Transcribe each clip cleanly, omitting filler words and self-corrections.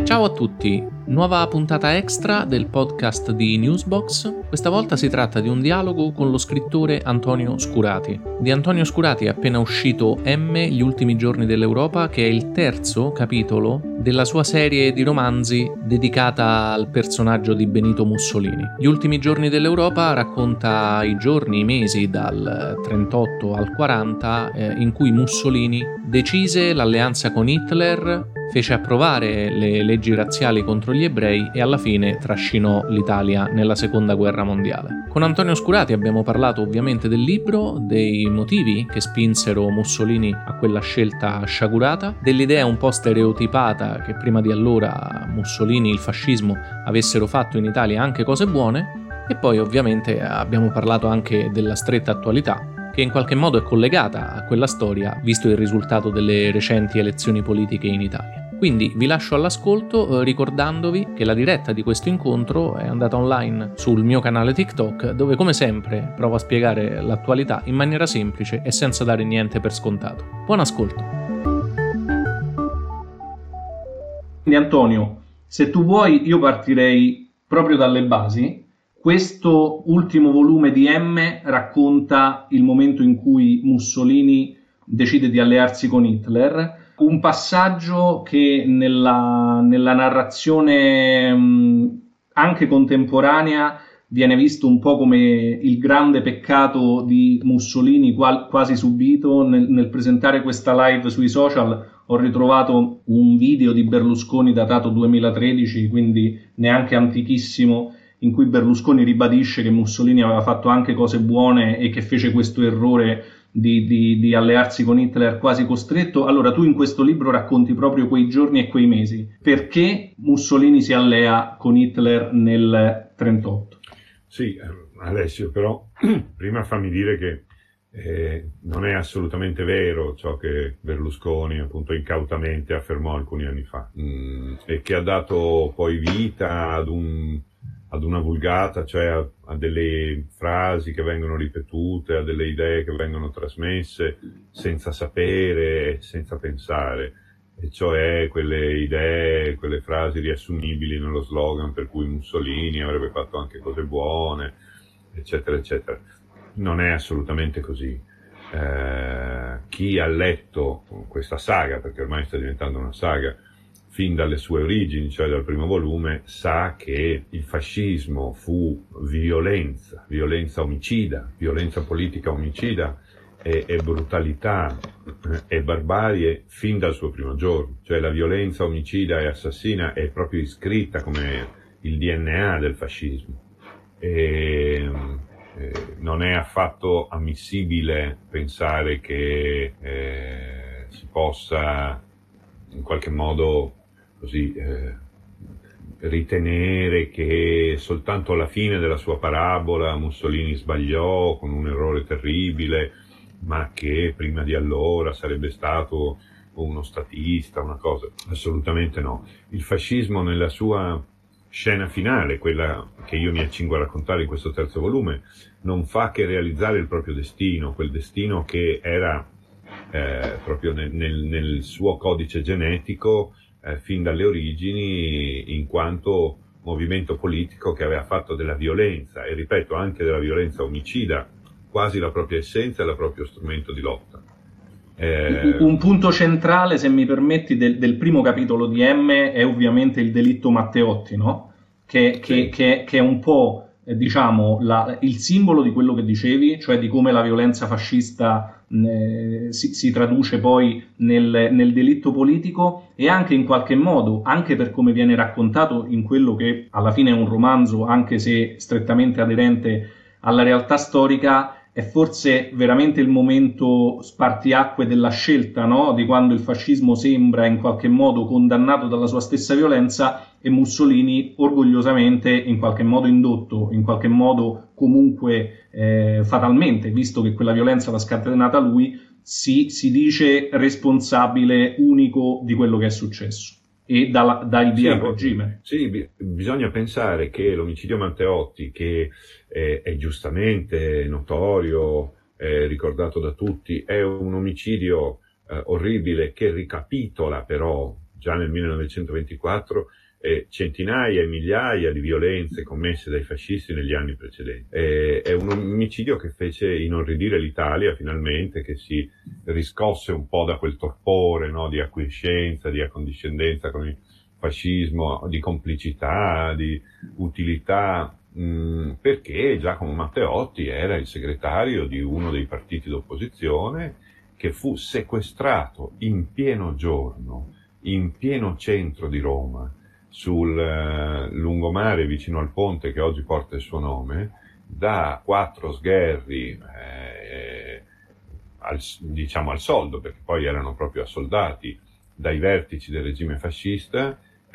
Ciao a tutti, nuova puntata extra del podcast di Newsbox. Questa volta si tratta di un dialogo con lo scrittore Antonio Scurati. Di Antonio Scurati è appena uscito M, gli ultimi giorni dell'Europa, che è il terzo capitolo della sua serie di romanzi dedicata al personaggio di Benito Mussolini. Gli ultimi giorni dell'Europa racconta i giorni, i mesi dal 38 al 40 in cui Mussolini decise l'alleanza con Hitler, fece approvare le leggi razziali contro gli ebrei e alla fine trascinò l'Italia nella seconda guerra mondiale. Con Antonio Scurati abbiamo parlato ovviamente del libro, dei motivi che spinsero Mussolini a quella scelta sciagurata, dell'idea un po' stereotipata che prima di allora Mussolini e il fascismo avessero fatto in Italia anche cose buone, e poi ovviamente abbiamo parlato anche della stretta attualità, che in qualche modo è collegata a quella storia, visto il risultato delle recenti elezioni politiche in Italia. Quindi vi lascio all'ascolto ricordandovi che la diretta di questo incontro è andata online sul mio canale TikTok, dove come sempre provo a spiegare l'attualità in maniera semplice e senza dare niente per scontato. Buon ascolto! Quindi Antonio, se tu vuoi io partirei proprio dalle basi. Questo ultimo volume di M racconta il momento in cui Mussolini decide di allearsi con Hitler, un passaggio che nella narrazione anche contemporanea viene visto un po' come il grande peccato di Mussolini quasi subito. Nel presentare questa live sui social ho ritrovato un video di Berlusconi datato 2013, quindi neanche antichissimo, in cui Berlusconi ribadisce che Mussolini aveva fatto anche cose buone e che fece questo errore di allearsi con Hitler quasi costretto. Allora tu in questo libro racconti proprio quei giorni e quei mesi. Perché Mussolini si allea con Hitler nel 1938? Sì, Alessio, però prima fammi dire che non è assolutamente vero ciò che Berlusconi appunto incautamente affermò alcuni anni fa e che ha dato poi vita ad una vulgata, cioè a delle frasi che vengono ripetute, a delle idee che vengono trasmesse senza sapere, senza pensare, e cioè quelle idee, quelle frasi riassumibili nello slogan per cui Mussolini avrebbe fatto anche cose buone, eccetera, eccetera. Non è assolutamente così. Chi ha letto questa saga, perché ormai sta diventando una saga, fin dalle sue origini, cioè dal primo volume, sa che il fascismo fu violenza omicida, violenza politica omicida e brutalità e barbarie fin dal suo primo giorno. Cioè la violenza omicida e assassina è proprio iscritta come il DNA del fascismo. Non è affatto ammissibile pensare che si possa in qualche modo così ritenere che soltanto alla fine della sua parabola Mussolini sbagliò con un errore terribile, ma che prima di allora sarebbe stato uno statista, una cosa. Assolutamente no. Il fascismo nella sua scena finale, quella che io mi accingo a raccontare in questo terzo volume, non fa che realizzare il proprio destino, quel destino che era proprio nel suo codice genetico fin dalle origini, in quanto movimento politico che aveva fatto della violenza, e ripeto anche della violenza omicida, quasi la propria essenza e il proprio strumento di lotta. Un punto centrale, se mi permetti, del primo capitolo di M è ovviamente il delitto Matteotti, no? Che è un po', diciamo, il simbolo di quello che dicevi, cioè di come la violenza fascista si traduce poi nel delitto politico, e anche in qualche modo, anche per come viene raccontato in quello che alla fine è un romanzo, anche se strettamente aderente alla realtà storica, è forse veramente il momento spartiacque della scelta, no? Di quando il fascismo sembra in qualche modo condannato dalla sua stessa violenza e Mussolini orgogliosamente, in qualche modo indotto, in qualche modo comunque fatalmente, visto che quella violenza l'ha scatenata lui, si dice responsabile unico di quello che è successo e dai via al regime. Sì, bisogna pensare che l'omicidio Matteotti, che è giustamente notorio, ricordato da tutti, è un omicidio orribile che ricapitola però già nel 1924 centinaia e migliaia di violenze commesse dai fascisti negli anni precedenti. È un omicidio che fece inorridire l'Italia finalmente, che si riscosse un po' da quel torpore, no, di acquiescenza, di accondiscendenza con il fascismo, di complicità, di utilità, perché Giacomo Matteotti era il segretario di uno dei partiti d'opposizione che fu sequestrato in pieno giorno, in pieno centro di Roma, sul lungomare vicino al ponte che oggi porta il suo nome, da 4 sgherri, diciamo al soldo, perché poi erano proprio assoldati dai vertici del regime fascista,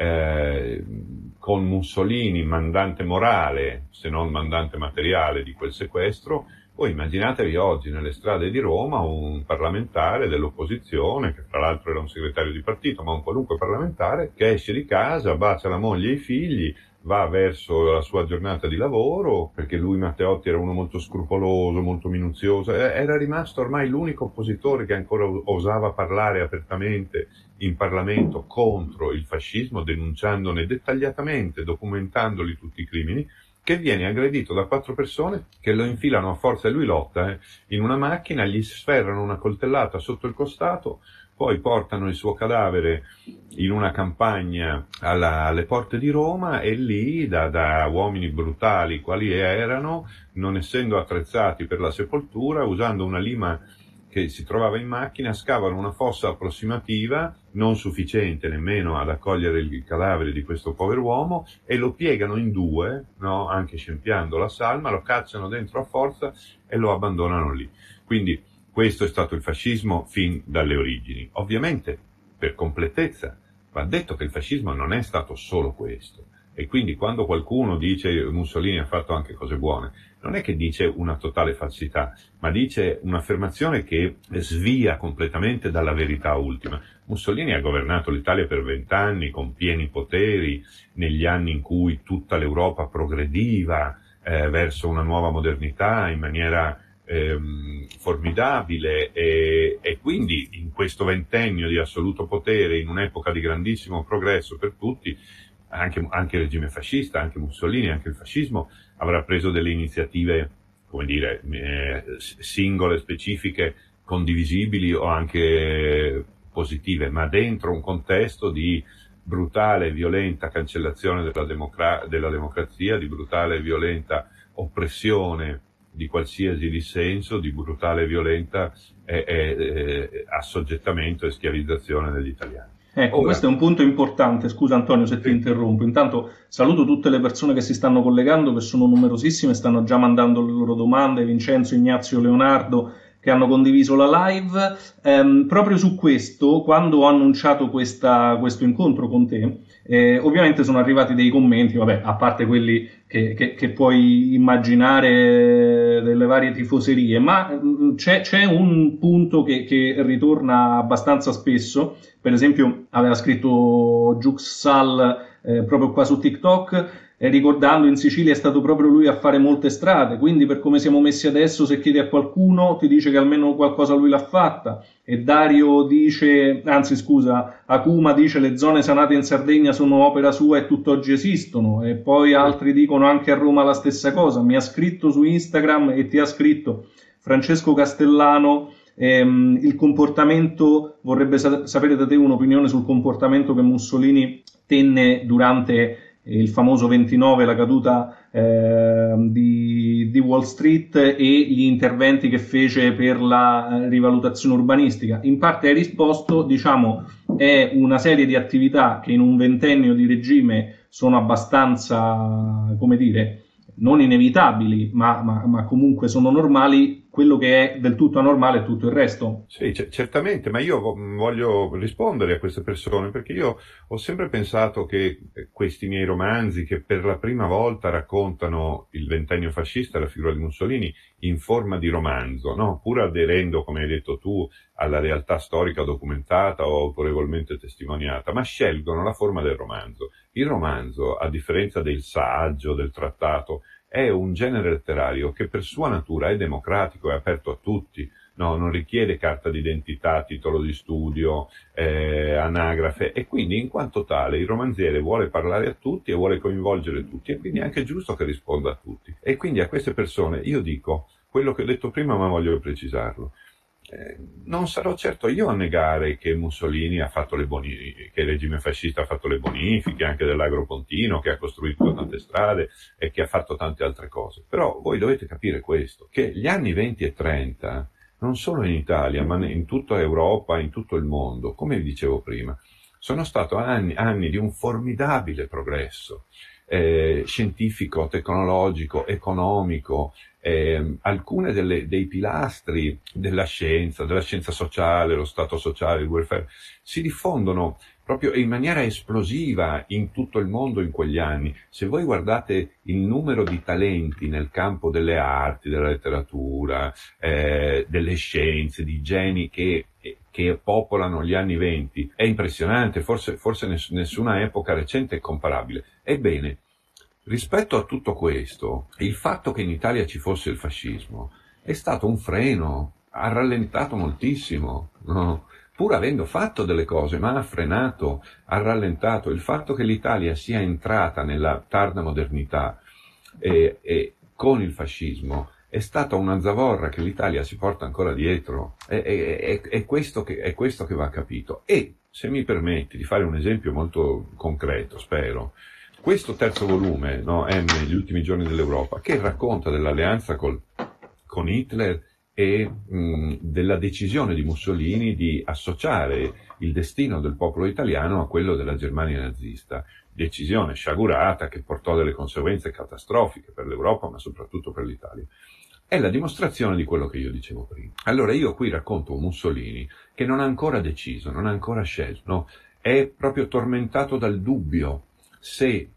con Mussolini mandante morale, se non mandante materiale di quel sequestro. Voi immaginatevi oggi nelle strade di Roma un parlamentare dell'opposizione, che fra l'altro era un segretario di partito, ma un qualunque parlamentare, che esce di casa, bacia la moglie e i figli, va verso la sua giornata di lavoro, perché lui, Matteotti, era uno molto scrupoloso, molto minuzioso, era rimasto ormai l'unico oppositore che ancora osava parlare apertamente in Parlamento contro il fascismo, denunciandone dettagliatamente, documentandoli tutti i crimini, che viene aggredito da 4 persone che lo infilano a forza, e lui lotta, in una macchina, gli sferrano una coltellata sotto il costato, poi portano il suo cadavere in una campagna alle porte di Roma, e lì, da uomini brutali quali erano, non essendo attrezzati per la sepoltura, usando una lima che si trovava in macchina, scavano una fossa approssimativa, non sufficiente nemmeno ad accogliere il cadavere di questo pover'uomo, e lo piegano in 2, no? Anche scempiando la salma, lo cacciano dentro a forza e lo abbandonano lì. Quindi questo è stato il fascismo fin dalle origini. Ovviamente, per completezza, va detto che il fascismo non è stato solo questo. E quindi quando qualcuno dice Mussolini ha fatto anche cose buone, non è che dice una totale falsità, ma dice un'affermazione che svia completamente dalla verità ultima. Mussolini ha governato l'Italia per 20 anni con pieni poteri, negli anni in cui tutta l'Europa progrediva verso una nuova modernità in maniera formidabile, e quindi in questo ventennio di assoluto potere, in un'epoca di grandissimo progresso per tutti, anche il regime fascista, anche Mussolini, anche il fascismo avrà preso delle iniziative, come dire, singole, specifiche, condivisibili o anche positive, ma dentro un contesto di brutale e violenta cancellazione della democrazia, di brutale e violenta oppressione di qualsiasi dissenso, di brutale e violenta assoggettamento e schiavizzazione degli italiani. Ecco, questo è un punto importante, scusa Antonio se ti interrompo. Intanto saluto tutte le persone che si stanno collegando, che sono numerosissime, stanno già mandando le loro domande, Vincenzo, Ignazio, Leonardo, che hanno condiviso la live. Proprio su questo, quando ho annunciato questo incontro con te, ovviamente sono arrivati dei commenti, vabbè, a parte quelli che puoi immaginare delle varie tifoserie, ma c'è un punto che ritorna abbastanza spesso. Per esempio aveva scritto Juxal proprio qua su TikTok, ricordando in Sicilia è stato proprio lui a fare molte strade, quindi per come siamo messi adesso, se chiedi a qualcuno ti dice che almeno qualcosa lui l'ha fatta. E Dario dice, anzi scusa, Akuma dice le zone sanate in Sardegna sono opera sua e tutt'oggi esistono, e poi altri dicono anche a Roma la stessa cosa. Mi ha scritto su Instagram e ti ha scritto Francesco Castellano, il comportamento, vorrebbe sapere da te un'opinione sul comportamento che Mussolini tenne durante il famoso 29, la caduta di Wall Street, e gli interventi che fece per la rivalutazione urbanistica. In parte hai risposto, diciamo, è una serie di attività che in un ventennio di regime sono abbastanza, come dire, non inevitabili, ma comunque sono normali. Quello che è del tutto anormale è tutto il resto. Sì, certamente, ma io voglio rispondere a queste persone, perché io ho sempre pensato che questi miei romanzi, che per la prima volta raccontano il ventennio fascista, la figura di Mussolini, in forma di romanzo, no? Pur aderendo, come hai detto tu, alla realtà storica documentata o autorevolmente testimoniata, ma scelgono la forma del romanzo. Il romanzo, a differenza del saggio, del trattato, è un genere letterario che per sua natura è democratico, è aperto a tutti, no, non richiede carta d'identità, titolo di studio, anagrafe, e quindi in quanto tale il romanziere vuole parlare a tutti e vuole coinvolgere tutti, e quindi è anche giusto che risponda a tutti. E quindi a queste persone io dico quello che ho detto prima, ma voglio precisarlo. Non sarò certo io a negare che Mussolini ha fatto le bonifiche, che il regime fascista ha fatto le bonifiche anche dell'Agropontino, che ha costruito tante strade e che ha fatto tante altre cose. Però voi dovete capire questo, che gli anni 20 e 30, non solo in Italia, ma in tutta Europa, in tutto il mondo, come vi dicevo prima, sono stati anni di un formidabile progresso scientifico, tecnologico, economico. Alcune dei pilastri della scienza sociale, lo stato sociale, il welfare, si diffondono proprio in maniera esplosiva in tutto il mondo in quegli anni. Se voi guardate il numero di talenti nel campo delle arti, della letteratura, delle scienze, di geni che popolano gli anni 20, è impressionante, forse nessuna epoca recente è comparabile. Ebbene, rispetto a tutto questo, il fatto che in Italia ci fosse il fascismo è stato un freno, ha rallentato moltissimo, no? Pur avendo fatto delle cose, ma ha frenato, ha rallentato. Il fatto che l'Italia sia entrata nella tarda modernità e con il fascismo è stata una zavorra che l'Italia si porta ancora dietro. È questo che va capito. E, se mi permetti di fare un esempio molto concreto, spero, questo terzo volume, no, Gli ultimi giorni dell'Europa, che racconta dell'alleanza con Hitler e della decisione di Mussolini di associare il destino del popolo italiano a quello della Germania nazista. Decisione sciagurata che portò delle conseguenze catastrofiche per l'Europa, ma soprattutto per l'Italia. È la dimostrazione di quello che io dicevo prima. Allora io qui racconto un Mussolini che non ha ancora deciso, non ha ancora scelto, no? È proprio tormentato dal dubbio se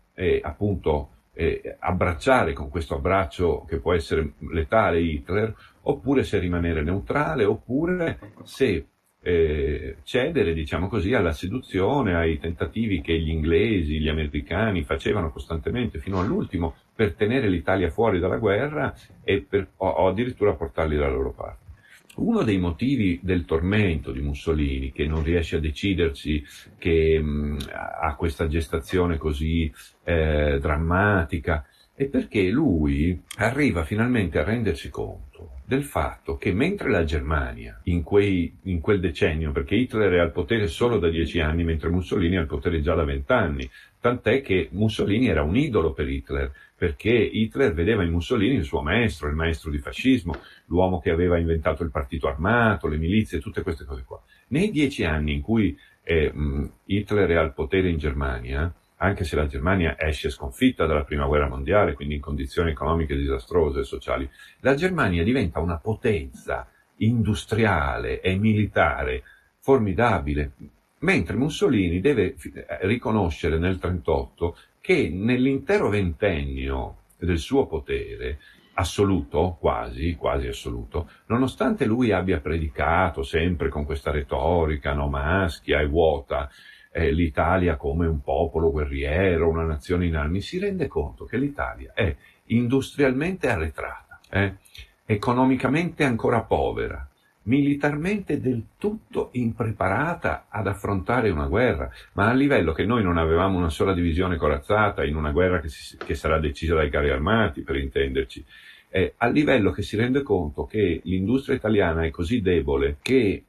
abbracciare con questo abbraccio che può essere letale Hitler, oppure se rimanere neutrale, oppure se cedere, diciamo così, alla seduzione, ai tentativi che gli inglesi, gli americani facevano costantemente fino all'ultimo per tenere l'Italia fuori dalla guerra o addirittura portarli dalla loro parte. Uno dei motivi del tormento di Mussolini, che non riesce a decidersi, che ha questa gestazione così drammatica, è perché lui arriva finalmente a rendersi conto del fatto che mentre la Germania, in quel decennio, perché Hitler è al potere solo da 10 anni, mentre Mussolini è al potere già da 20 anni, tant'è che Mussolini era un idolo per Hitler, perché Hitler vedeva in Mussolini il suo maestro, il maestro di fascismo, l'uomo che aveva inventato il partito armato, le milizie, tutte queste cose qua. Nei 10 anni in cui Hitler è al potere in Germania, anche se la Germania esce sconfitta dalla prima guerra mondiale, quindi in condizioni economiche disastrose e sociali, la Germania diventa una potenza industriale e militare formidabile, mentre Mussolini deve riconoscere nel 1938 che nell'intero ventennio del suo potere assoluto, quasi assoluto, nonostante lui abbia predicato sempre con questa retorica no maschia e vuota l'Italia come un popolo guerriero, una nazione in armi, si rende conto che l'Italia è industrialmente arretrata, economicamente ancora povera, militarmente del tutto impreparata ad affrontare una guerra, ma a livello che noi non avevamo una sola divisione corazzata in una guerra che sarà decisa dai carri armati, per intenderci, a livello che si rende conto che l'industria italiana è così debole che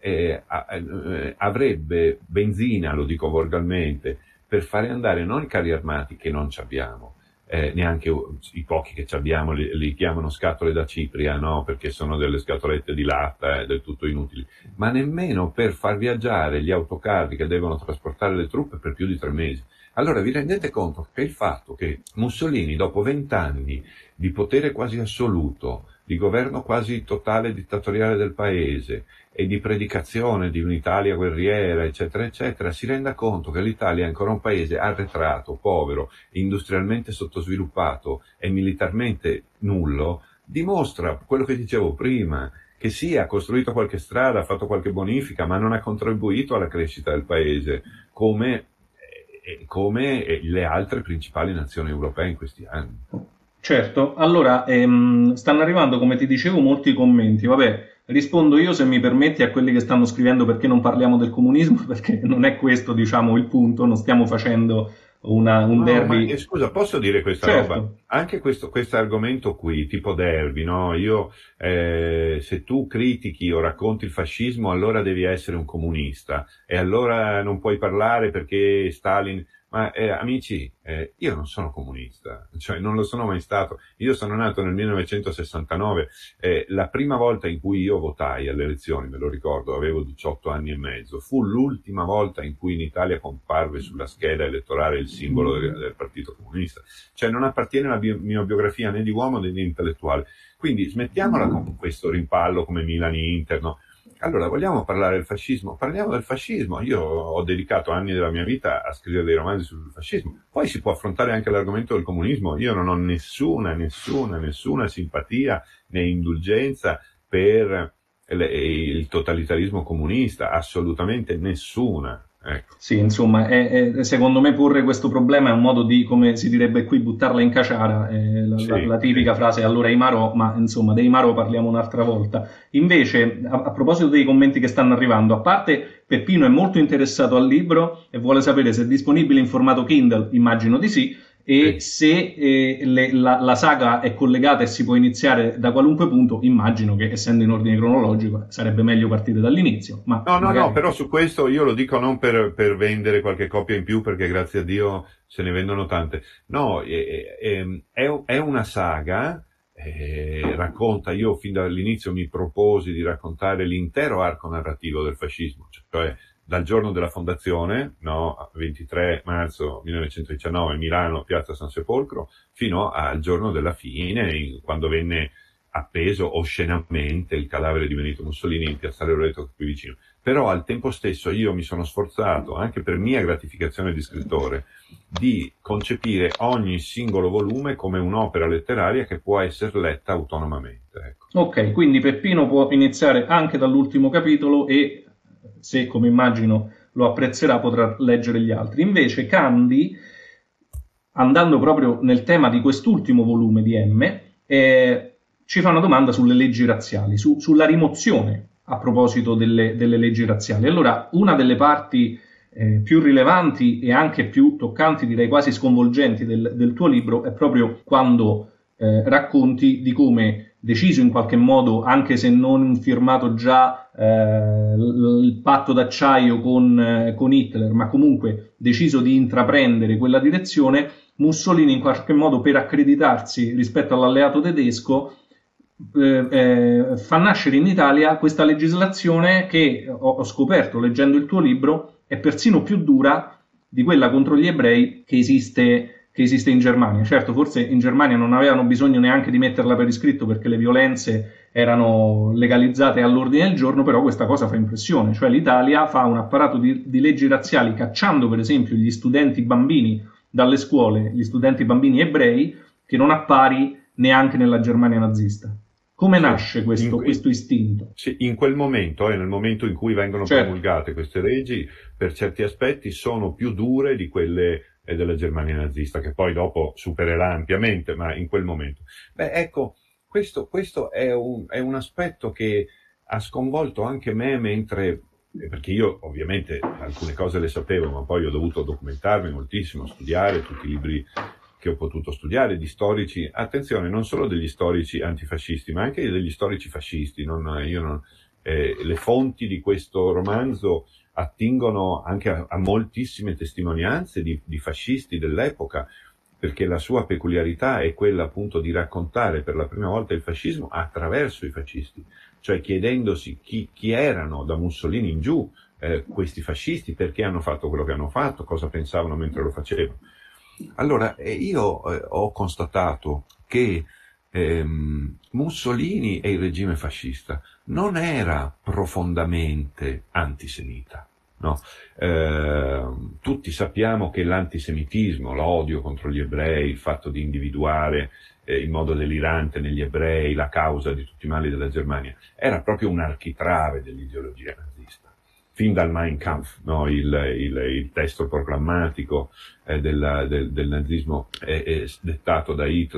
avrebbe benzina, lo dico volgarmente, per fare andare non i carri armati che non ci abbiamo, neanche i pochi che ci abbiamo li chiamano scatole da cipria, no? Perché sono delle scatolette di latta del tutto inutili, ma nemmeno per far viaggiare gli autocarri che devono trasportare le truppe per più di 3 mesi. Allora vi rendete conto che il fatto che Mussolini, dopo 20 anni di potere quasi assoluto, di governo quasi totale dittatoriale del paese e di predicazione di un'Italia guerriera, eccetera, eccetera, si renda conto che l'Italia è ancora un paese arretrato, povero, industrialmente sottosviluppato e militarmente nullo, dimostra quello che dicevo prima, che sì, ha costruito qualche strada, ha fatto qualche bonifica, ma non ha contribuito alla crescita del paese come le altre principali nazioni europee in questi anni. Certo, allora stanno arrivando, come ti dicevo, molti commenti. Vabbè, Rispondo io, se mi permetti, a quelli che stanno scrivendo perché non parliamo del comunismo, perché non è questo, diciamo, il punto, non stiamo facendo un derby. Ma, scusa, posso dire questa certo. roba? Anche questo argomento qui, tipo derby, no? Io, se tu critichi o racconti il fascismo, allora devi essere un comunista, e allora non puoi parlare perché Stalin... Ma amici, io non sono comunista, cioè non lo sono mai stato. Io sono nato nel 1969, la prima volta in cui io votai alle elezioni, me lo ricordo, avevo 18 anni e mezzo, fu l'ultima volta in cui in Italia comparve sulla scheda elettorale il simbolo del Partito Comunista. Cioè non appartiene alla mia biografia né di uomo né di intellettuale. Quindi smettiamola con questo rimpallo come Milan-Inter, no? Allora, vogliamo parlare del fascismo? Parliamo del fascismo. Io ho dedicato anni della mia vita a scrivere dei romanzi sul fascismo. Poi si può affrontare anche l'argomento del comunismo. Io non ho nessuna simpatia né indulgenza per il totalitarismo comunista, assolutamente nessuna. Ecco. Sì, insomma, secondo me porre questo problema è un modo di, come si direbbe qui, buttarla in caciara, la tipica frase allora Imaro, ma insomma dei Imaro parliamo un'altra volta. Invece, a proposito dei commenti che stanno arrivando, a parte Peppino è molto interessato al libro e vuole sapere se è disponibile in formato Kindle, immagino di sì, e se la saga è collegata e si può iniziare da qualunque punto, immagino che essendo in ordine cronologico sarebbe meglio partire dall'inizio. Ma No, però su questo io lo dico non per vendere qualche copia in più, perché grazie a Dio se ne vendono tante. No, è una saga, racconta, io fin dall'inizio mi proposi di raccontare l'intero arco narrativo del fascismo, cioè dal giorno della fondazione, no, 23 marzo 1919, Milano, Piazza San Sepolcro, fino al giorno della fine, quando venne appeso oscenamente il cadavere di Benito Mussolini in Piazzale Loreto qui vicino. Però al tempo stesso io mi sono sforzato, anche per mia gratificazione di scrittore, di concepire ogni singolo volume come un'opera letteraria che può essere letta autonomamente. Ecco. Ok, quindi Peppino può iniziare anche dall'ultimo capitolo e, se come immagino lo apprezzerà, potrà leggere gli altri. Invece Candy, andando proprio nel tema di quest'ultimo volume di M, ci fa una domanda sulle leggi razziali, sulla rimozione a proposito delle leggi razziali. Allora, una delle parti più rilevanti e anche più toccanti, direi quasi sconvolgenti del tuo libro, è proprio quando racconti di come, deciso in qualche modo, anche se non firmato già il patto d'acciaio con Hitler, ma comunque deciso di intraprendere quella direzione, Mussolini in qualche modo, per accreditarsi rispetto all'alleato tedesco, fa nascere in Italia questa legislazione che ho scoperto leggendo il tuo libro è persino più dura di quella contro gli ebrei che esiste in Germania. Certo, forse in Germania non avevano bisogno neanche di metterla per iscritto perché le violenze erano legalizzate all'ordine del giorno, però questa cosa fa impressione, cioè l'Italia fa un apparato di leggi razziali cacciando per esempio gli studenti bambini dalle scuole, gli studenti bambini ebrei, che non ha pari neanche nella Germania nazista. Come nasce questo istinto? Sì, in quel momento, nel momento in cui vengono promulgate queste leggi, per certi aspetti sono più dure di quelle della Germania nazista, che poi dopo supererà ampiamente, ma in quel momento. Beh, ecco, questo è un aspetto che ha sconvolto anche me mentre, perché io ovviamente alcune cose le sapevo, ma poi ho dovuto documentarmi moltissimo, studiare tutti i libri che ho potuto studiare di storici, attenzione, non solo degli storici antifascisti, ma anche degli storici fascisti. Le fonti di questo romanzo attingono anche a moltissime testimonianze di fascisti dell'epoca, perché la sua peculiarità è quella appunto di raccontare per la prima volta il fascismo attraverso i fascisti, cioè chiedendosi chi erano da Mussolini in giù questi fascisti, perché hanno fatto quello che hanno fatto, cosa pensavano mentre lo facevano. Allora, io ho constatato che Mussolini e il regime fascista non era profondamente antisemita, no? Tutti sappiamo che l'antisemitismo, l'odio contro gli ebrei, il fatto di individuare in modo delirante negli ebrei la causa di tutti i mali della Germania, era proprio un architrave dell'ideologia nazista. Fin dal Mein Kampf, no? il testo proclammatico del nazismo dettato da Hitler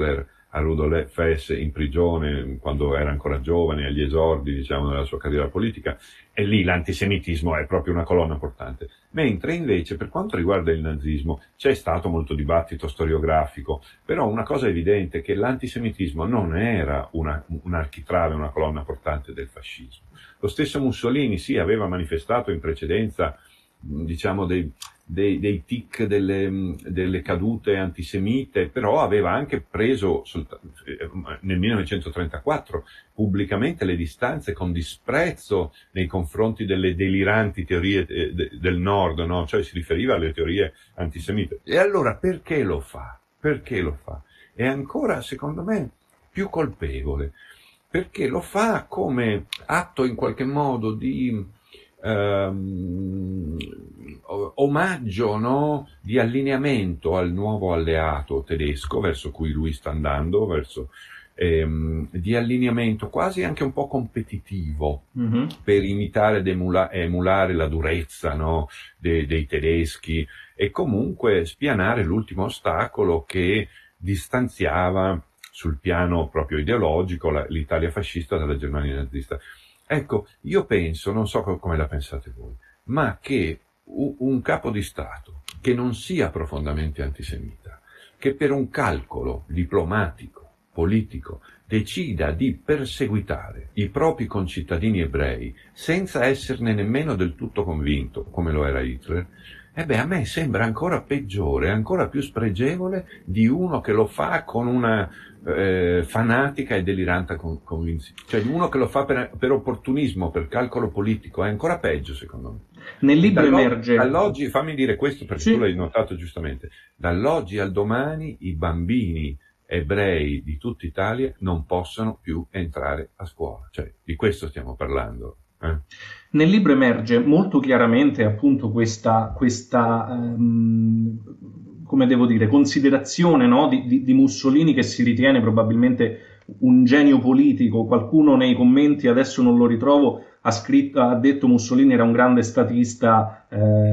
a Rudolf Hess in prigione quando era ancora giovane, agli esordi, diciamo, della sua carriera politica, e lì l'antisemitismo è proprio una colonna portante. Mentre invece per quanto riguarda il nazismo c'è stato molto dibattito storiografico, però una cosa evidente è che l'antisemitismo non era un architrave, una colonna portante del fascismo. Lo stesso Mussolini sì aveva manifestato in precedenza, diciamo, dei tic delle cadute antisemite, però aveva anche preso nel 1934 pubblicamente le distanze con disprezzo nei confronti delle deliranti teorie del nord, no? Cioè si riferiva alle teorie antisemite. E allora perché lo fa? Perché lo fa? È ancora, secondo me, più colpevole, perché lo fa come atto in qualche modo di omaggio, no? Di allineamento al nuovo alleato tedesco verso cui lui sta andando, di allineamento quasi anche un po' competitivo, per imitare ed emulare la durezza, no? dei tedeschi, e comunque spianare l'ultimo ostacolo che distanziava sul piano proprio ideologico l'Italia fascista dalla Germania nazista. Ecco, io penso, non so come la pensate voi, ma che un capo di Stato che non sia profondamente antisemita, che per un calcolo diplomatico, politico, decida di perseguitare i propri concittadini ebrei senza esserne nemmeno del tutto convinto, come lo era Hitler, a me sembra ancora peggiore, ancora più spregevole di uno che lo fa con una fanatica e delirante convinzione. Cioè uno che lo fa per opportunismo, per calcolo politico, è ancora peggio secondo me. Nel libro emerge... Dall'oggi, fammi dire questo perché tu l'hai notato giustamente, dall'oggi al domani i bambini ebrei di tutta Italia non possono più entrare a scuola, cioè di questo stiamo parlando. Nel libro emerge molto chiaramente appunto questa come devo dire, considerazione, no? di Mussolini, che si ritiene probabilmente un genio politico. Qualcuno nei commenti, adesso non lo ritrovo, ha detto Mussolini era un grande statista,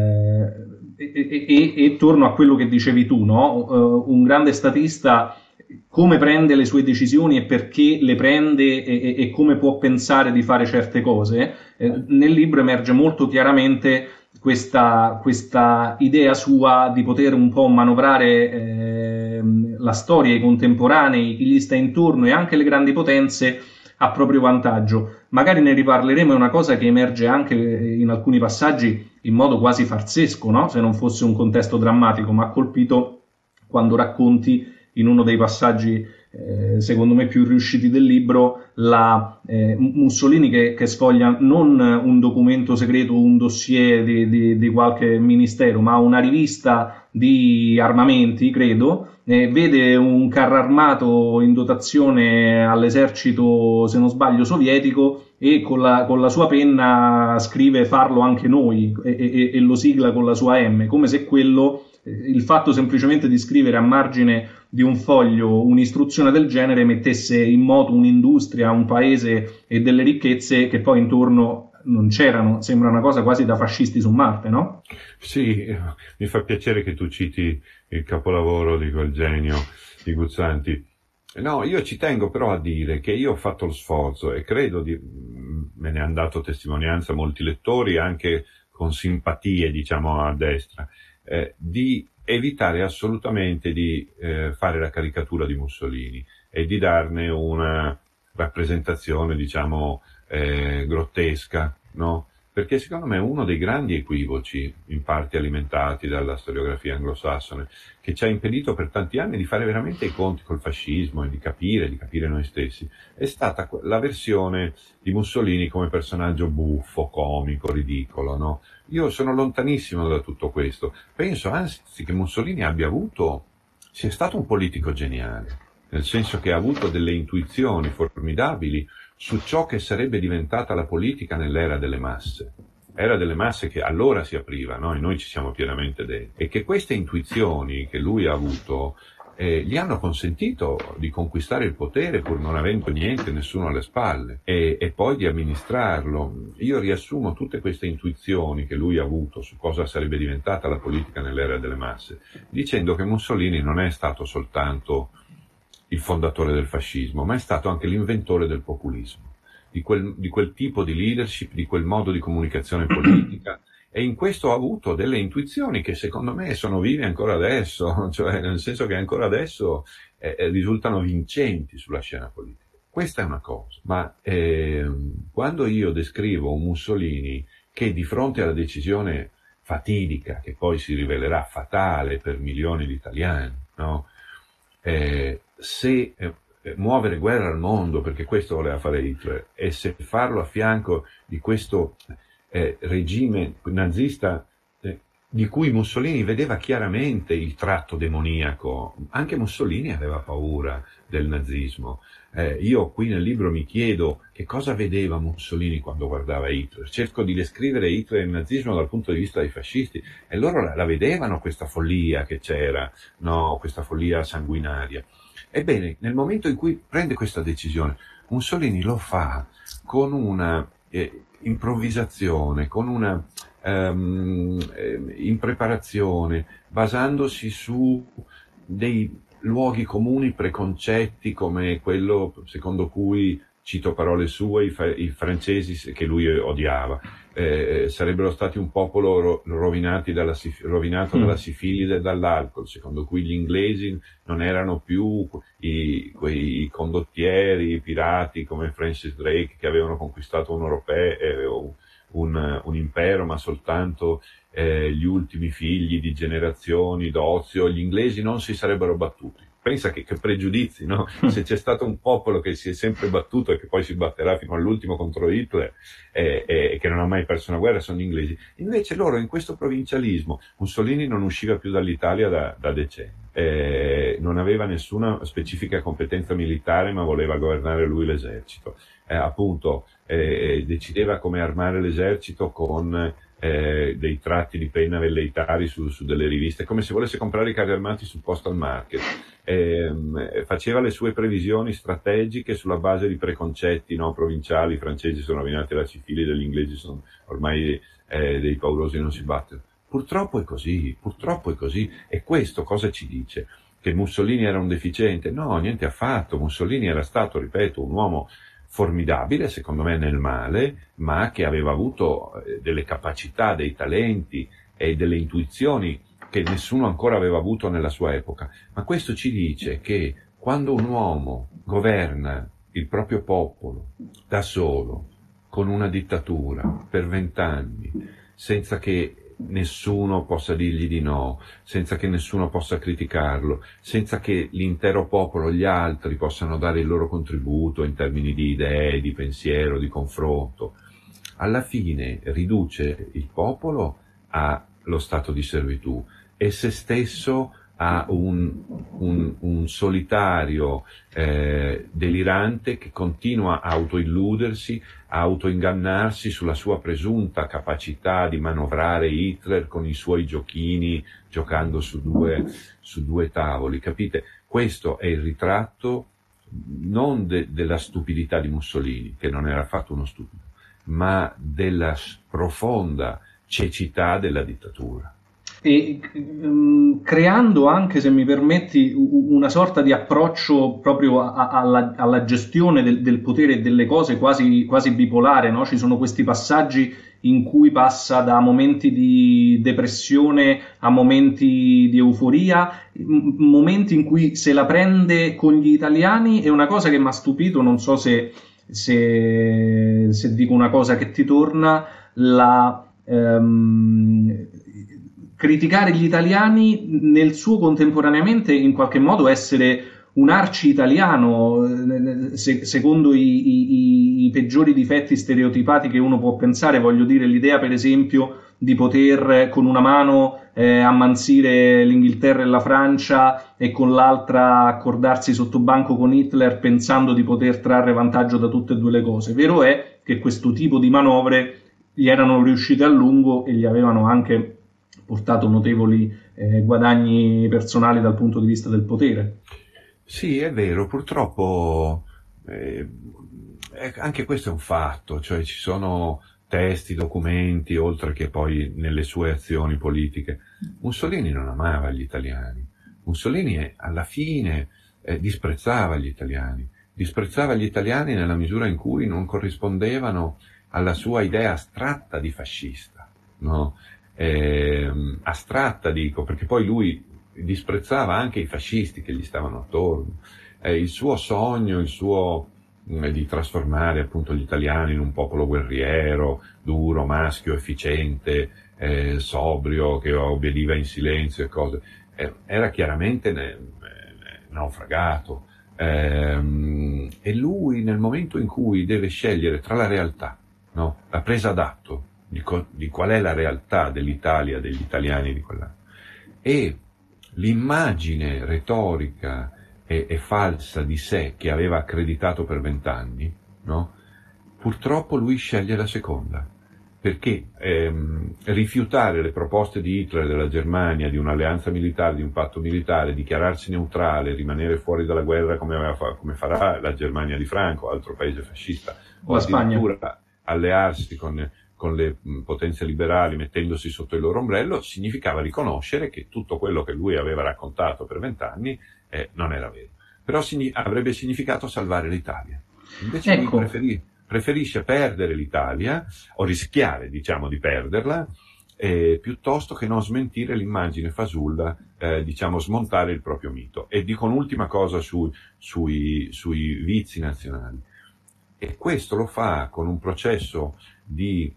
e torno a quello che dicevi tu, no? Un grande statista, come prende le sue decisioni e perché le prende e come può pensare di fare certe cose. Nel libro emerge molto chiaramente questa idea sua di poter un po' manovrare la storia, i contemporanei, chi gli sta intorno e anche le grandi potenze a proprio vantaggio. Magari ne riparleremo, è una cosa che emerge anche in alcuni passaggi in modo quasi farsesco, no? Se non fosse un contesto drammatico, ma ha colpito quando racconti in uno dei passaggi secondo me più riusciti del libro Mussolini che sfoglia non un documento segreto, un dossier di qualche ministero, ma una rivista di armamenti, credo, vede un carro armato in dotazione all'esercito, se non sbaglio, sovietico, e con la sua penna scrive farlo anche noi e lo sigla con la sua M, come se il fatto semplicemente di scrivere a margine di un foglio un'istruzione del genere mettesse in moto un'industria, un paese e delle ricchezze che poi intorno non c'erano. Sembra una cosa quasi da fascisti su Marte, no? Sì, mi fa piacere che tu citi il capolavoro di quel genio di Guzzanti. No, io ci tengo però a dire che io ho fatto lo sforzo e credo me ne hanno dato testimonianza molti lettori, anche con simpatie, diciamo, a destra, di evitare assolutamente di fare la caricatura di Mussolini e di darne una rappresentazione, diciamo, grottesca, no? Perché secondo me uno dei grandi equivoci, in parte alimentati dalla storiografia anglosassone, che ci ha impedito per tanti anni di fare veramente i conti col fascismo e di capire noi stessi, è stata la versione di Mussolini come personaggio buffo, comico, ridicolo, no? Io sono lontanissimo da tutto questo. Penso anzi che Mussolini sia stato un politico geniale, nel senso che ha avuto delle intuizioni formidabili su ciò che sarebbe diventata la politica nell'era delle masse. Era delle masse che allora si apriva, no? E noi ci siamo pienamente dentro. E che queste intuizioni che lui ha avuto gli hanno consentito di conquistare il potere pur non avendo niente, nessuno alle spalle, e poi di amministrarlo. Io riassumo tutte queste intuizioni che lui ha avuto su cosa sarebbe diventata la politica nell'era delle masse, dicendo che Mussolini non è stato soltanto il fondatore del fascismo, ma è stato anche l'inventore del populismo, di quel tipo di leadership, di quel modo di comunicazione politica, e in questo ha avuto delle intuizioni che secondo me sono vive ancora adesso, cioè nel senso che ancora adesso risultano vincenti sulla scena politica. Questa è una cosa, ma quando io descrivo un Mussolini che di fronte alla decisione fatidica, che poi si rivelerà fatale per milioni di italiani, no? Se muovere guerra al mondo, perché questo voleva fare Hitler, e se farlo a fianco di questo regime nazista di cui Mussolini vedeva chiaramente il tratto demoniaco. Anche Mussolini aveva paura del nazismo. Io qui nel libro mi chiedo che cosa vedeva Mussolini quando guardava Hitler. Cerco di descrivere Hitler e il nazismo dal punto di vista dei fascisti, e loro la vedevano questa follia che c'era, no? Questa follia sanguinaria. Ebbene, nel momento in cui prende questa decisione, Mussolini lo fa con una improvvisazione, con una impreparazione, basandosi su dei luoghi comuni preconcetti come quello secondo cui, cito parole sue, i francesi che lui odiava sarebbero stati un popolo rovinato dalla sifilide e dall'alcol, secondo cui gli inglesi non erano più quei condottieri, i pirati come Francis Drake che avevano conquistato un europeo, un impero, ma soltanto gli ultimi figli di generazioni d'ozio. Gli inglesi non si sarebbero battuti. Pensa che pregiudizi, no? Se c'è stato un popolo che si è sempre battuto e che poi si batterà fino all'ultimo contro Hitler e che non ha mai perso una guerra, sono gli inglesi. Invece loro, in questo provincialismo, Mussolini non usciva più dall'Italia da decenni, non aveva nessuna specifica competenza militare, ma voleva governare lui l'esercito. Decideva come armare l'esercito con dei tratti di penna velleitari su delle riviste, come se volesse comprare i carri armati sul postal market. Faceva le sue previsioni strategiche sulla base di preconcetti, no, provinciali. I francesi sono rovinati la Sifilide, gli inglesi sono ormai dei paurosi, non si battono. Purtroppo è così. E questo cosa ci dice? Che Mussolini era un deficiente? No, niente affatto. Mussolini era stato, ripeto, un uomo formidabile, secondo me nel male, ma che aveva avuto delle capacità, dei talenti e delle intuizioni che nessuno ancora aveva avuto nella sua epoca. Ma questo ci dice che quando un uomo governa il proprio popolo da solo, con una dittatura per 20 anni, senza che nessuno possa dirgli di no, senza che nessuno possa criticarlo, senza che l'intero popolo, gli altri, possano dare il loro contributo in termini di idee, di pensiero, di confronto, alla fine riduce il popolo allo stato di servitù e se stesso a un solitario delirante che continua a autoilludersi, a autoingannarsi sulla sua presunta capacità di manovrare Hitler con i suoi giochini, giocando su due tavoli, capite? Questo è il ritratto non della stupidità di Mussolini, che non era affatto uno stupido, ma della profonda cecità della dittatura. E creando anche, se mi permetti, una sorta di approccio proprio alla gestione del potere e delle cose quasi bipolare, no? Ci sono questi passaggi in cui passa da momenti di depressione a momenti di euforia, momenti in cui se la prende con gli italiani. È una cosa che mi ha stupito, non so se dico una cosa che ti torna, criticare gli italiani nel suo contemporaneamente in qualche modo essere un arci-italiano, secondo i peggiori difetti stereotipati che uno può pensare. Voglio dire, l'idea per esempio di poter con una mano ammansire l'Inghilterra e la Francia e con l'altra accordarsi sotto banco con Hitler pensando di poter trarre vantaggio da tutte e due le cose. Vero è che questo tipo di manovre gli erano riuscite a lungo e gli avevano anche portato notevoli guadagni personali dal punto di vista del potere. Sì, è vero, purtroppo anche questo è un fatto, cioè ci sono testi, documenti, oltre che poi nelle sue azioni politiche. Mussolini non amava gli italiani. Mussolini alla fine disprezzava gli italiani nella misura in cui non corrispondevano alla sua idea astratta di fascista, no? Astratta dico, perché poi lui disprezzava anche i fascisti che gli stavano attorno. Il suo sogno, di trasformare appunto gli italiani in un popolo guerriero, duro, maschio, efficiente, sobrio, che obbediva in silenzio e cose, era chiaramente naufragato. E lui, nel momento in cui deve scegliere tra la realtà, no? La presa d'atto di qual è la realtà dell'Italia, degli italiani di quell'anno, e l'immagine retorica e falsa di sé che aveva accreditato per 20 anni, no? Purtroppo lui sceglie la seconda, perché rifiutare le proposte di Hitler, della Germania, di un'alleanza militare, di un patto militare, dichiararsi neutrale, rimanere fuori dalla guerra come farà la Germania di Franco, altro paese fascista, o addirittura allearsi con le potenze liberali mettendosi sotto il loro ombrello, significava riconoscere che tutto quello che lui aveva raccontato per 20 anni non era vero. Però avrebbe significato salvare l'Italia. Invece lui preferisce perdere l'Italia, o rischiare, diciamo, di perderla, piuttosto che non smentire l'immagine fasulla, smontare il proprio mito. E dico un'ultima cosa sui vizi nazionali. E questo lo fa con un processo di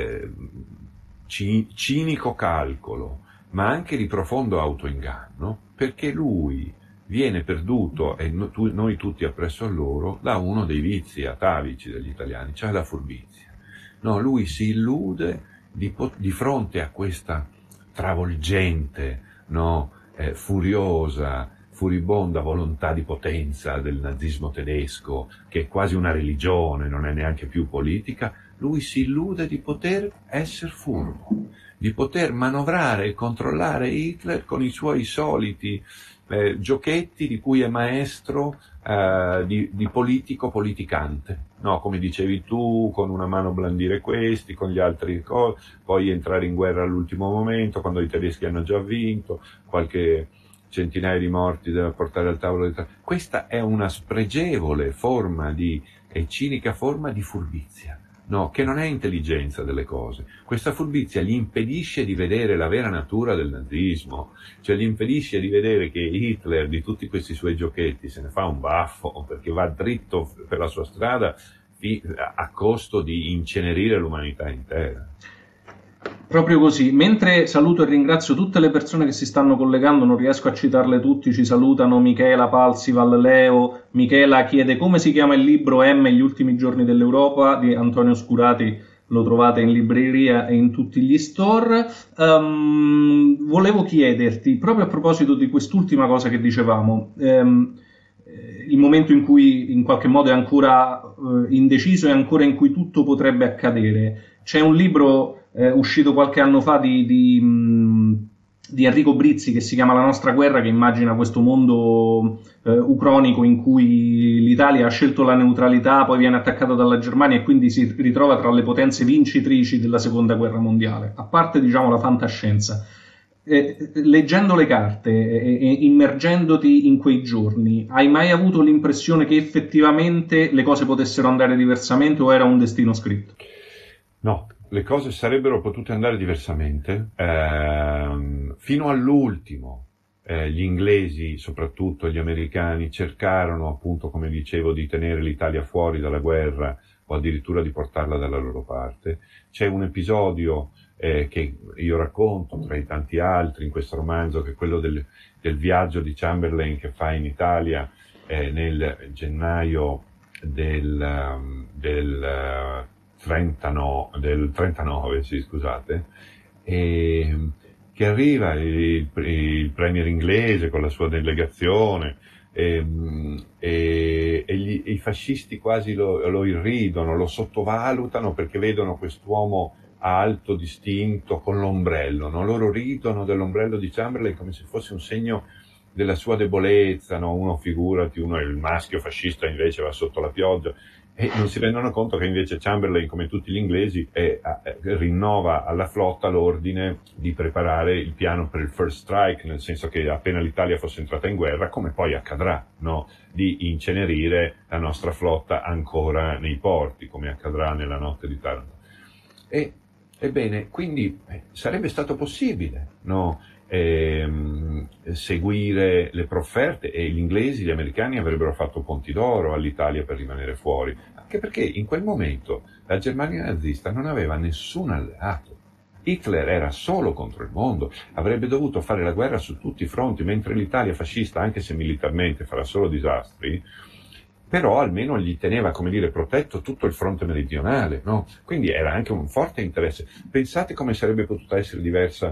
cinico calcolo, ma anche di profondo autoinganno, perché lui viene perduto, e noi tutti appresso a loro, da uno dei vizi atavici degli italiani, cioè la furbizia. No, lui si illude di fronte a questa travolgente, no, furiosa, furibonda volontà di potenza del nazismo tedesco, che è quasi una religione, non è neanche più politica. Lui si illude di poter essere furbo, di poter manovrare e controllare Hitler con i suoi soliti giochetti di cui è maestro di politico politicante, no? Come dicevi tu, con una mano blandire questi, con gli altri poi entrare in guerra all'ultimo momento, quando i tedeschi hanno già vinto, qualche centinaia di morti da portare al tavolo. Questa è una spregevole forma e cinica forma di furbizia, no, che non è intelligenza delle cose. Questa furbizia gli impedisce di vedere la vera natura del nazismo, cioè gli impedisce di vedere che Hitler, di tutti questi suoi giochetti, se ne fa un baffo, perché va dritto per la sua strada a costo di incenerire l'umanità intera. Proprio così. Mentre saluto e ringrazio tutte le persone che si stanno collegando, non riesco a citarle tutti, ci salutano Michela, Palsival, Leo. Michela chiede come si chiama il libro M, gli ultimi giorni dell'Europa, di Antonio Scurati, lo trovate in libreria e in tutti gli store. Volevo chiederti, proprio a proposito di quest'ultima cosa che dicevamo, il momento in cui in qualche modo è ancora indeciso e ancora in cui tutto potrebbe accadere. C'è un libro uscito qualche anno fa di Enrico Brizzi che si chiama La nostra guerra, che immagina questo mondo ucronico in cui l'Italia ha scelto la neutralità, poi viene attaccata dalla Germania e quindi si ritrova tra le potenze vincitrici della seconda guerra mondiale. A parte, diciamo, la fantascienza, leggendo le carte e immergendoti in quei giorni, hai mai avuto l'impressione che effettivamente le cose potessero andare diversamente o era un destino scritto? No, le cose sarebbero potute andare diversamente. Fino all'ultimo gli inglesi, soprattutto gli americani, cercarono, appunto, come dicevo, di tenere l'Italia fuori dalla guerra o addirittura di portarla dalla loro parte. C'è un episodio che io racconto tra i tanti altri in questo romanzo, che è quello del viaggio di Chamberlain che fa in Italia nel gennaio del 39, sì, scusate, e che arriva il premier inglese con la sua delegazione e i fascisti quasi lo irridono, lo sottovalutano perché vedono quest'uomo alto, distinto, con l'ombrello, no? Loro ridono dell'ombrello di Chamberlain come se fosse un segno della sua debolezza, no? Figurati, uno è il maschio fascista, invece va sotto la pioggia. e non si rendono conto che invece Chamberlain, come tutti gli inglesi, rinnova alla flotta l'ordine di preparare il piano per il first strike, nel senso che appena l'Italia fosse entrata in guerra, come poi accadrà, no? Di incenerire la nostra flotta ancora nei porti, come accadrà nella notte di Taranto. Ebbene, quindi sarebbe stato possibile, no? Seguire le profferte, e gli inglesi, gli americani avrebbero fatto ponti d'oro all'Italia per rimanere fuori, anche perché in quel momento la Germania nazista non aveva nessun alleato. Hitler era solo contro il mondo, avrebbe dovuto fare la guerra su tutti i fronti, mentre l'Italia fascista, anche se militarmente farà solo disastri, però almeno gli teneva, come dire, protetto tutto il fronte meridionale, no? Quindi era anche un forte interesse. Pensate come sarebbe potuta essere diversa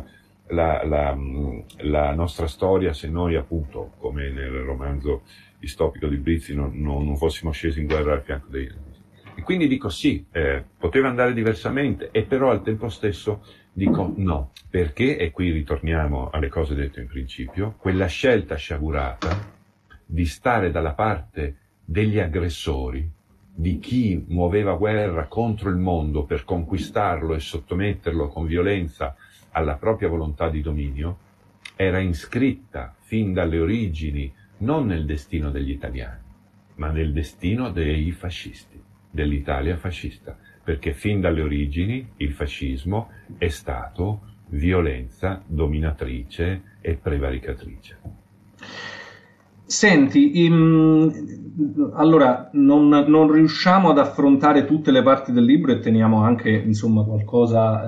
la nostra storia se noi, appunto, come nel romanzo distopico di Brizzi, non fossimo scesi in guerra al fianco dei nazisti. E quindi dico sì, poteva andare diversamente, e però al tempo stesso dico no, perché, e qui ritorniamo alle cose dette in principio, quella scelta sciagurata di stare dalla parte degli aggressori, di chi muoveva guerra contro il mondo per conquistarlo e sottometterlo con violenza alla propria volontà di dominio, era iscritta fin dalle origini non nel destino degli italiani, ma nel destino dei fascisti, dell'Italia fascista, perché fin dalle origini il fascismo è stato violenza dominatrice e prevaricatrice. Senti, allora non riusciamo ad affrontare tutte le parti del libro e teniamo anche, insomma, qualcosa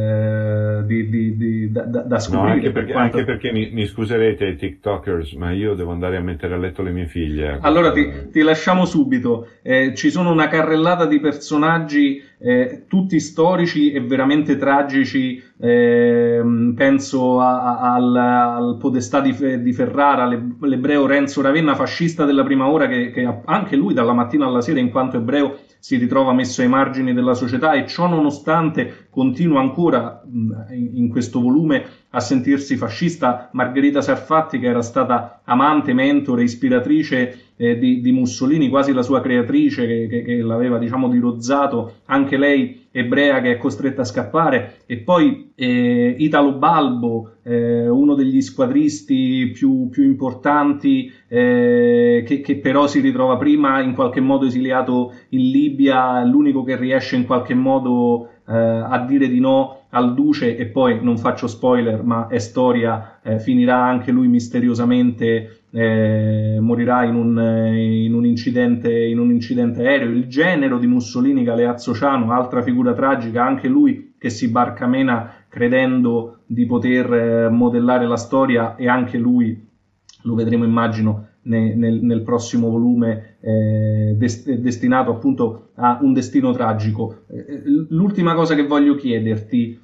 da scoprire. No, anche perché mi scuserete, TikTokers, ma io devo andare a mettere a letto le mie figlie. Allora ti lasciamo subito. Ci sono una carrellata di personaggi, tutti storici e veramente tragici. Penso al podestà di Ferrara, l'ebreo Renzo Ravenna, fascista della prima ora, che anche lui dalla mattina alla sera, in quanto ebreo, si ritrova messo ai margini della società, e ciò nonostante continua ancora in questo volume a sentirsi fascista. Margherita Sarfatti, che era stata amante, mentore, ispiratrice di Mussolini, quasi la sua creatrice, che l'aveva, diciamo, dirozzato, anche lei ebrea, che è costretta a scappare. E poi Italo Balbo, uno degli squadristi più importanti, che però si ritrova prima in qualche modo esiliato in Libia, l'unico che riesce in qualche modo a dire di no al duce, e poi, non faccio spoiler, ma è storia, finirà anche lui misteriosamente, morirà in un incidente aereo. Il genero di Mussolini, Galeazzo Ciano, altra figura tragica, anche lui che si barcamena credendo di poter modellare la storia, e anche lui, lo vedremo immagino nel prossimo volume, destinato appunto a un destino tragico. L'ultima cosa che voglio chiederti,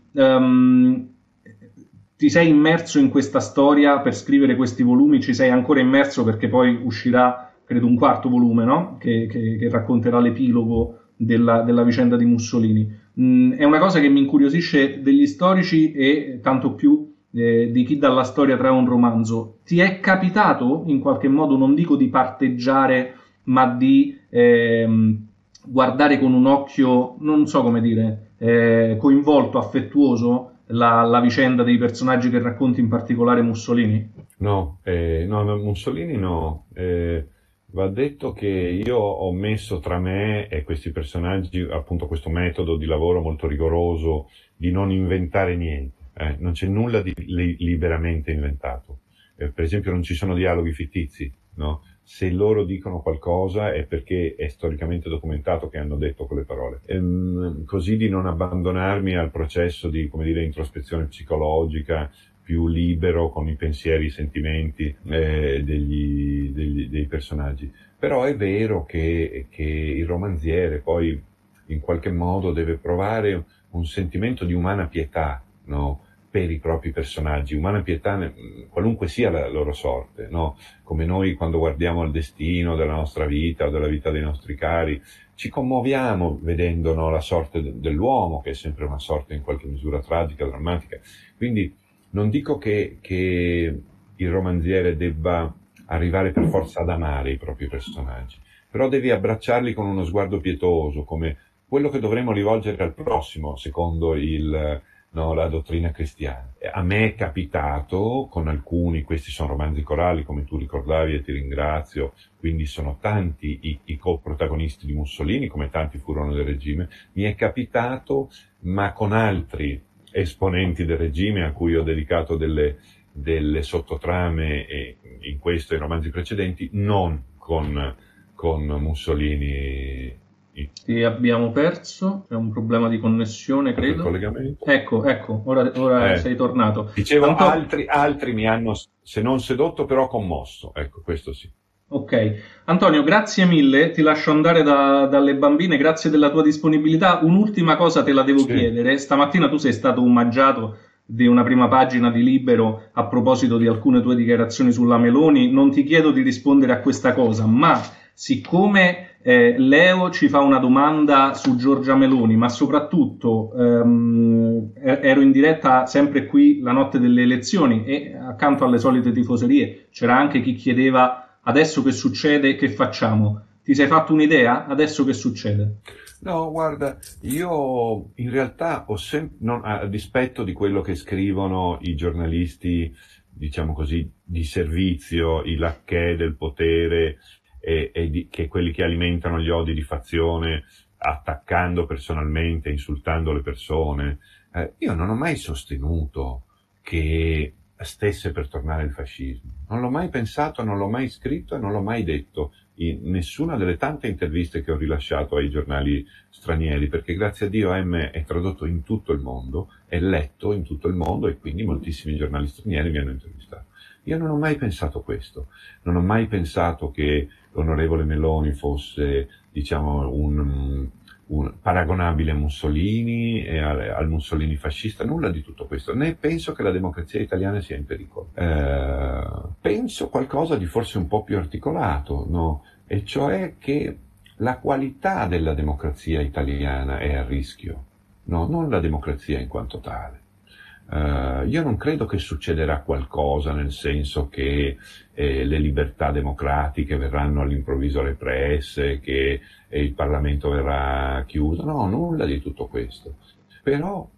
ti sei immerso in questa storia per scrivere questi volumi? Ci sei ancora immerso, perché poi uscirà, credo, un quarto volume, no? Che racconterà l'epilogo della vicenda di Mussolini. È una cosa che mi incuriosisce degli storici, e tanto più di chi dalla storia trae un romanzo. Ti è capitato in qualche modo, non dico di parteggiare, ma di guardare con un occhio, non so come dire, coinvolto, affettuoso, la vicenda dei personaggi che racconti, in particolare Mussolini? No, Mussolini no. Va detto che io ho messo tra me e questi personaggi, appunto, questo metodo di lavoro molto rigoroso di non inventare niente. Non c'è nulla di liberamente inventato. Per esempio, non ci sono dialoghi fittizi, no? Se loro dicono qualcosa è perché è storicamente documentato che hanno detto quelle parole. Così di non abbandonarmi al processo di, come dire, introspezione psicologica, più libero, con i pensieri, i sentimenti dei personaggi. Però è vero che il romanziere poi in qualche modo deve provare un sentimento di umana pietà, no? Per i propri personaggi, umana pietà qualunque sia la loro sorte, no? Come noi, quando guardiamo al destino della nostra vita o della vita dei nostri cari, ci commuoviamo vedendo, no, la sorte dell'uomo, che è sempre una sorte in qualche misura tragica, drammatica. Quindi non dico che il romanziere debba arrivare per forza ad amare i propri personaggi, però devi abbracciarli con uno sguardo pietoso, come quello che dovremmo rivolgere al prossimo, secondo la dottrina cristiana. A me è capitato con alcuni, questi sono romanzi corali come tu ricordavi e ti ringrazio, quindi sono tanti i co-protagonisti di Mussolini come tanti furono del regime, mi è capitato, ma con altri esponenti del regime a cui ho dedicato delle sottotrame in questo e i romanzi precedenti, non con Mussolini. Ti abbiamo perso, c'è un problema di connessione, credo. Collegamento. Ecco, ora sei tornato. Dicevo, altri mi hanno, se non sedotto, però commosso. Ecco, questo sì. Ok. Antonio, grazie mille, ti lascio andare dalle bambine, grazie della tua disponibilità. Un'ultima cosa te la devo chiedere. Stamattina tu sei stato omaggiato di una prima pagina di Libero a proposito di alcune tue dichiarazioni sulla Meloni. Non ti chiedo di rispondere a questa cosa, ma siccome Leo ci fa una domanda su Giorgia Meloni, ma soprattutto ero in diretta sempre qui la notte delle elezioni e accanto alle solite tifoserie c'era anche chi chiedeva: adesso che succede, che facciamo? Ti sei fatto un'idea? Adesso che succede? No, guarda, io in realtà ho a dispetto di quello che scrivono i giornalisti, diciamo così, di servizio, i lacchè del potere, che quelli che alimentano gli odi di fazione, attaccando personalmente, insultando le persone. Io non ho mai sostenuto che stesse per tornare il fascismo. Non l'ho mai pensato, non l'ho mai scritto e non l'ho mai detto in nessuna delle tante interviste che ho rilasciato ai giornali stranieri, perché grazie a Dio M è tradotto in tutto il mondo, è letto in tutto il mondo e quindi moltissimi giornali stranieri mi hanno intervistato. Io non ho mai pensato questo, non ho mai pensato che l'onorevole Meloni fosse, diciamo, un paragonabile a Mussolini e al Mussolini fascista, nulla di tutto questo, né penso che la democrazia italiana sia in pericolo. Penso qualcosa di forse un po' più articolato, no? E cioè che la qualità della democrazia italiana è a rischio, no? Non la democrazia in quanto tale. Io non credo che succederà qualcosa nel senso che le libertà democratiche verranno all'improvviso represse, che il Parlamento verrà chiuso, no, nulla di tutto questo. Però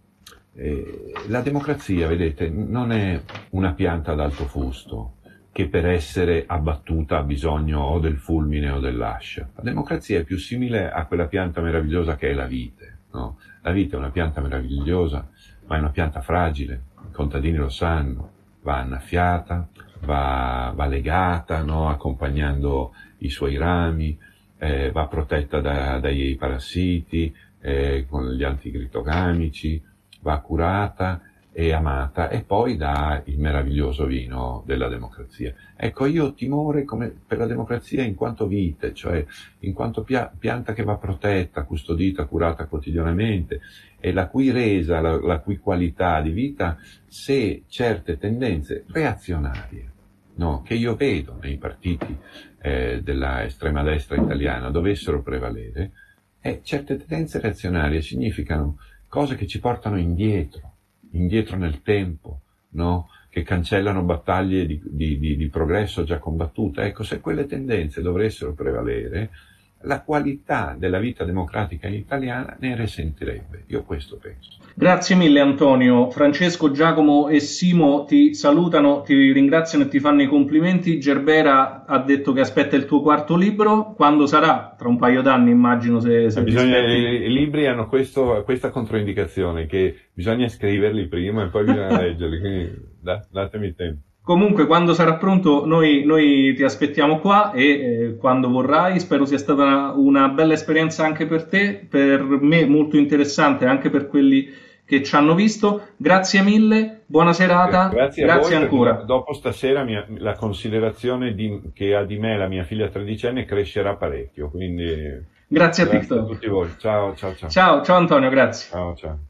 la democrazia, vedete, non è una pianta ad alto fusto che per essere abbattuta ha bisogno o del fulmine o dell'ascia. La democrazia è più simile a quella pianta meravigliosa che è la vite, no? La vite è una pianta meravigliosa, ma è una pianta fragile, i contadini lo sanno, va annaffiata, va legata, no? Accompagnando i suoi rami, va protetta dai parassiti, con gli antigritogamici, va curata e amata e poi dà il meraviglioso vino della democrazia. Ecco, io ho timore come per la democrazia in quanto vite, cioè in quanto pianta che va protetta, custodita, curata quotidianamente, e la cui resa, la cui qualità di vita, se certe tendenze reazionarie, no, che io vedo nei partiti della estrema destra italiana dovessero prevalere, certe tendenze reazionarie significano cose che ci portano indietro nel tempo, no? Che cancellano battaglie di progresso già combattute. Ecco, se quelle tendenze dovessero prevalere, la qualità della vita democratica italiana ne risentirebbe. Io questo penso. Grazie mille Antonio. Francesco, Giacomo e Simo ti salutano, ti ringraziano e ti fanno i complimenti. Gerbera ha detto che aspetta il tuo quarto libro. Quando sarà? Tra un paio d'anni, immagino. I libri hanno questa controindicazione, che bisogna scriverli prima e poi bisogna leggerli, quindi datemi tempo. Comunque, quando sarà pronto, noi ti aspettiamo qua e quando vorrai. Spero sia stata una bella esperienza anche per te, per me molto interessante, anche per quelli che ci hanno visto. Grazie mille, buona serata, grazie a voi, ancora. Dopo stasera la considerazione che ha di me la mia figlia tredicenne crescerà parecchio, quindi grazie a tutti voi. Ciao. Ciao Antonio, grazie. Ciao.